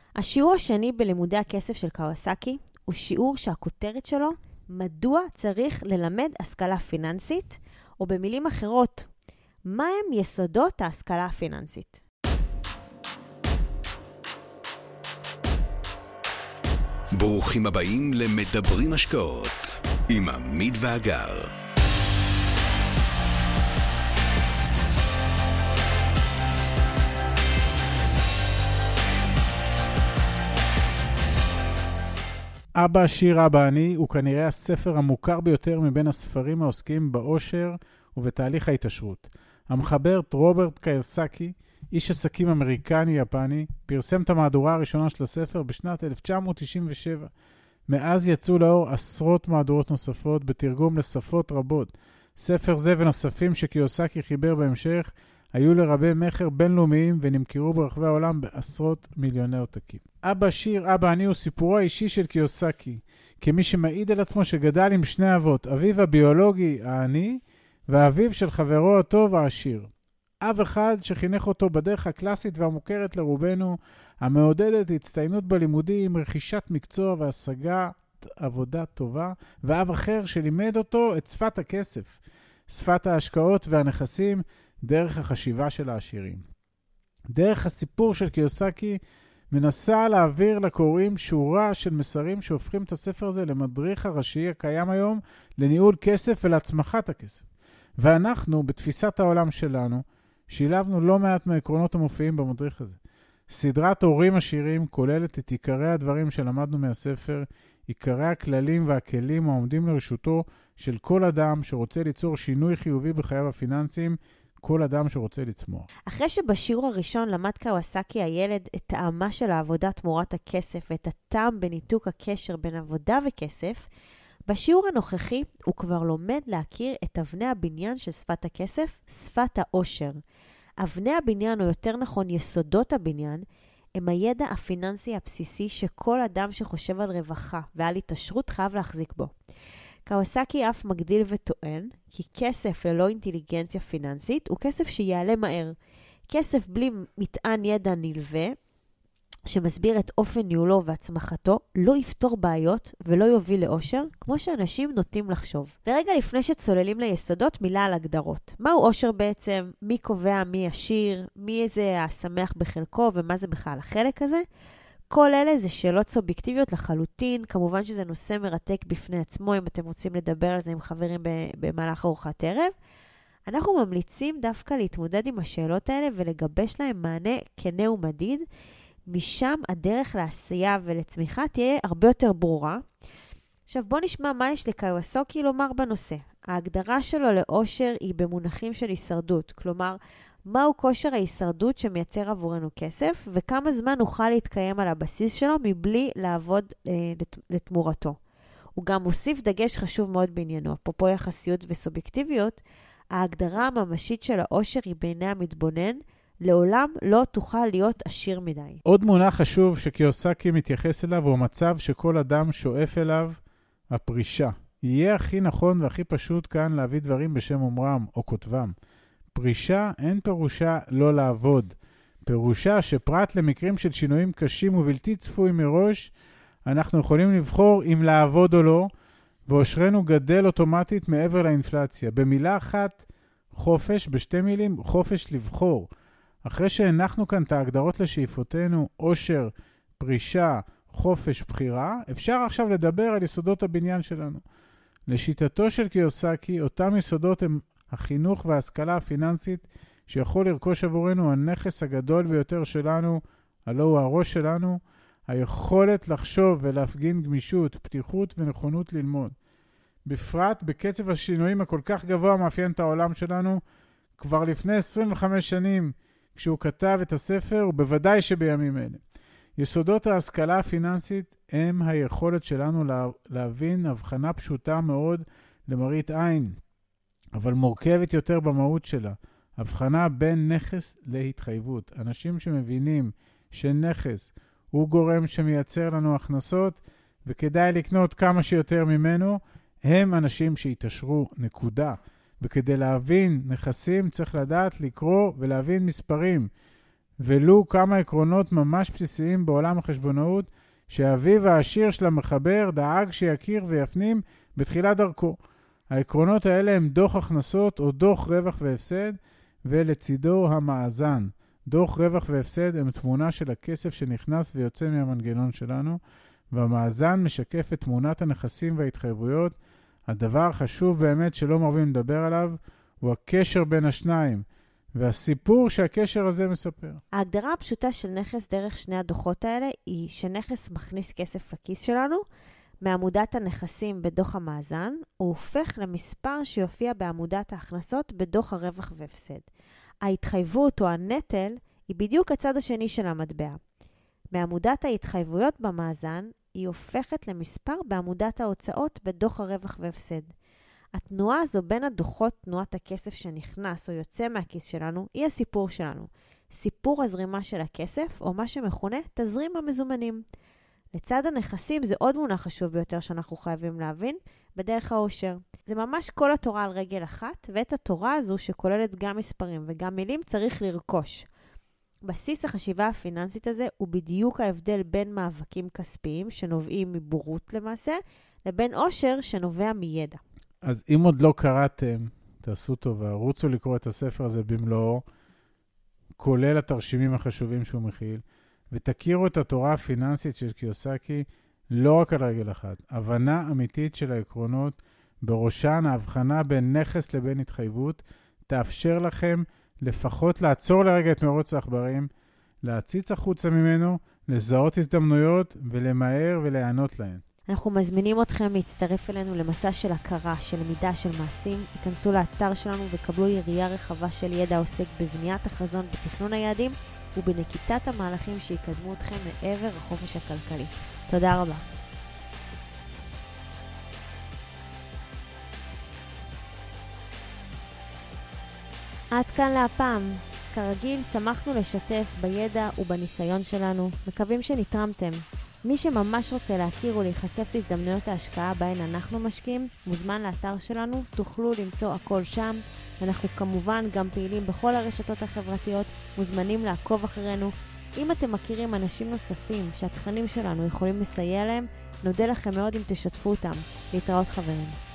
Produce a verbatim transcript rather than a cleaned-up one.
השיעור השני בלימודי הכסף של קוואסקי הוא שיעור שהכותרת שלו, מדוע צריך ללמד השכלה פיננסית, או במילים אחרות, מה הם יסודות ההשכלה הפיננסית. ברוכים הבאים למדברים השקעות עם עמית ואגר. אבא עשיר אבא עני הוא כנראה הספר המוכר ביותר מבין הספרים העוסקים בעושר ובתהליך ההתעשרות. המחבר רוברט קיוסקי, איש עסקים אמריקני-יפני, פרסם את המהדורה הראשונה של הספר בשנת אלף תשע מאות תשעים ושבע. מאז יצאו לאור עשרות מהדורות נוספות בתרגום לשפות רבות. ספר זה ונוספים שקיוסקי חיבר בהמשך היו לרבי מחר בינלאומיים ונמכרו ברחבי העולם בעשרות מיליוני עותקים. אבא עשיר אבא עני הוא סיפורו האישי של קיוסקי, כמי שמעיד על עצמו שגדל עם שני אבות, אביו הביולוגי העני ואביו של חברו הטוב העשיר. אב אחד שחינך אותו בדרך הקלאסית והמוכרת לרובנו, המעודדת הצטיינות בלימודים, רכישת מקצוע והשגת עבודה טובה, ואב אחר שלימד אותו את שפת הכסף, שפת ההשקעות והנכסים, דרך החשיבה של העשירים. דרך הסיפור של קיוסקי מנסה להעביר לקוראים שורה של מסרים שהופכים את הספר הזה למדריך הראשי הקיים היום לניהול כסף ולהצמחת הכסף. ואנחנו, בתפיסת העולם שלנו, שילבנו לא מעט מהעקרונות המופיעים במדריך הזה. סדרת הורים עשירים כוללת את עיקרי הדברים שלמדנו מהספר, עיקרי הכללים והכלים העומדים לרשותו של כל אדם שרוצה ליצור שינוי חיובי בחייו הפיננסיים, כל אדם שרוצה לצמוח. אחרי שבשיעור הראשון למד קוואסקי הילד את טעמה של העבודה תמורת הכסף ואת הטעם בניתוק הקשר בין עבודה וכסף, בשיעור הנוכחי הוא כבר לומד להכיר את אבני הבניין של שפת הכסף, שפת העושר. אבני הבניין, או יותר נכון יסודות הבניין, הם הידע הפיננסי הבסיסי שכל אדם שחושב על רווחה ועל התעשרות חייב להחזיק בו. קוואסקי אף מגדיל וטוען כי כסף ללא אינטליגנציה פיננסית הוא כסף שיעלה מהר. כסף בלי מטען ידע נלווה, שמסביר את אופן ניהולו והצמחתו, לא יפתור בעיות ולא יוביל לאושר, כמו שאנשים נוטים לחשוב. ורגע לפני שצוללים ליסודות, מילה על הגדרות. מהו אושר בעצם? מי קובע מי עשיר? מי זה השמח בחלקו? ומה זה בכלל החלק הזה? כל אלה זה שאלות סובייקטיביות לחלוטין. כמובן שזה נושא מרתק בפני עצמו, אם אתם רוצים לדבר על זה עם חברים במהלך ארוחת ערב. אנחנו ממליצים דווקא להתמודד עם השאלות האלה ולגבש להם מענה כנה ומדיד. משם הדרך לעשייה ולצמיחה תהיה הרבה יותר ברורה. עכשיו בוא נשמע מה יש לקוואסקי לומר בנושא. ההגדרה שלו לאושר היא במונחים של הישרדות, כלומר, מהו כושר ההישרדות שמייצר עבורנו כסף, וכמה זמן נוכל להתקיים על הבסיס שלו מבלי לעבוד אה, לת, לתמורתו. הוא גם מוסיף דגש חשוב מאוד בעניינו, אפרופו יחסיות וסובייקטיביות, ההגדרה הממשית של האושר היא בעיני המתבונן, לעולם לא תוכל להיות עשיר מדי. עוד מונח חשוב שקיוסקי מתייחס אליו הוא המצב שכל אדם שואף אליו, הפרישה. יהיה הכי נכון והכי פשוט כאן להביא דברים בשם אומרם או כותבם. פרישה אין פירושה לא לעבוד. פירושה שפרט למקרים של שינויים קשים ובלתי צפויים מראש, אנחנו יכולים לבחור אם לעבוד או לא, ואושרנו גדל אוטומטית מעבר לאינפלציה. במילה אחת, חופש, בשתי מילים, חופש לבחור. אחרי שהנחנו כאן את ההגדרות לשאיפותינו, אושר, פרישה, חופש, בחירה, אפשר עכשיו לדבר על יסודות הבניין שלנו. לשיטתו של קיוסקי, אותם יסודות הם החינוך וההשכלה הפיננסית שיכול לרכוש עבורנו הנכס הגדול ביותר שלנו, הלא הוא הראש שלנו, היכולת לחשוב ולהפגין גמישות, פתיחות ונכונות ללמוד. בפרט בקצב השינויים הכל כך גבוה מאפיין את העולם שלנו, כבר לפני עשרים וחמש שנים, כשהוא כתב את הספר, ובוודאי שבימים אלה. יסודות ההשכלה הפיננסית הם היכולת שלנו לה, להבין הבחנה פשוטה מאוד למראית עין, אבל מורכבת יותר במהות שלה. הבחנה בין נכס להתחייבות. אנשים שמבינים שנכס הוא גורם שמייצר לנו הכנסות, וכדאי לקנות כמה שיותר ממנו, הם אנשים שיתעשרו, נקודה. וכדי להבין נכסים צריך לדעת לקרוא ולהבין מספרים. ולו כמה עקרונות ממש בסיסיים בעולם החשבונאות, שאביו העשיר של המחבר דאג שיכיר ויפנים בתחילת דרכו. העקרונות האלה הם דוח הכנסות או דוח רווח והפסד, ולצידו המאזן. דוח רווח והפסד הם תמונה של הכסף שנכנס ויוצא מהמנגנון שלנו, והמאזן משקף את תמונת הנכסים וההתחייבויות. הדבר החשוב באמת שלא מרבים לדבר עליו, הוא הקשר בין השניים, והסיפור שהקשר הזה מספר. ההגדרה הפשוטה של נכס דרך שני הדוחות האלה היא שנכס מכניס כסף לכיס שלנו, מעמודת הנכסים בדוח המאזן, הוא הופך למספר שיופיע בעמודת ההכנסות בדוח הרווח והפסד. ההתחייבות או הנטל היא בדיוק הצד השני של המטבע. מעמודת ההתחייבויות במאזן היא הופכת למספר בעמודת ההוצאות בדוח הרווח והפסד. התנועה הזו בין הדוחות, תנועת הכסף שנכנס או יוצא מהכיס שלנו, היא הסיפור שלנו. סיפור הזרימה של הכסף, או מה שמכונה תזרים המזומנים. לצד הנכסים זה עוד מונח חשוב ביותר שאנחנו חייבים להבין, בדרך העושר. זה ממש כל התורה על רגל אחת, ואת התורה הזו שכוללת גם מספרים וגם מילים צריך לרכוש. בסיס החשיבה הפיננסית הזה הוא בדיוק ההבדל בין מאבקים כספיים שנובעים מבורות למעשה, לבין עושר שנובע מידע. אז אם עוד לא קראתם, תעשו טובה, רוצו לקרוא את הספר הזה במלואו, כולל התרשימים החשובים שהוא מכיל, ותכירו את התורה הפיננסית של קיוסקי לא רק על רגל אחת. הבנה אמיתית של העקרונות, בראשן ההבחנה בין נכס לבין התחייבות, תאפשר לכם לפחות לעצור לרגע את מרוץ העכברים, להציץ החוצה ממנו, לזהות הזדמנויות ולמהר ולענות להן. אנחנו מזמינים אתכם להצטרף אלינו למסע של הכרה, של למידה, של מעשים. תיכנסו לאתר שלנו וקבלו יריעה רחבה של ידע עוסק בבניית החזון, בתכנון היעדים ובנקיטת המהלכים שיקדמו אתכם לעבר החופש הכלכלי. תודה רבה. עד כאן להפעם. כרגיל, שמחנו לשתף בידע ובניסיון שלנו. מקווים שנתרמתם. מי שממש רוצה להכיר ולהיחשף להזדמנויות ההשקעה בהן אנחנו משקיעים, מוזמן לאתר שלנו, תוכלו למצוא הכל שם. אנחנו כמובן גם פעילים בכל הרשתות החברתיות, מוזמנים לעקוב אחרינו. אם אתם מכירים אנשים נוספים שהתכנים שלנו יכולים לסייע להם, נודה לכם מאוד אם תשתפו אותם. להתראות חברים.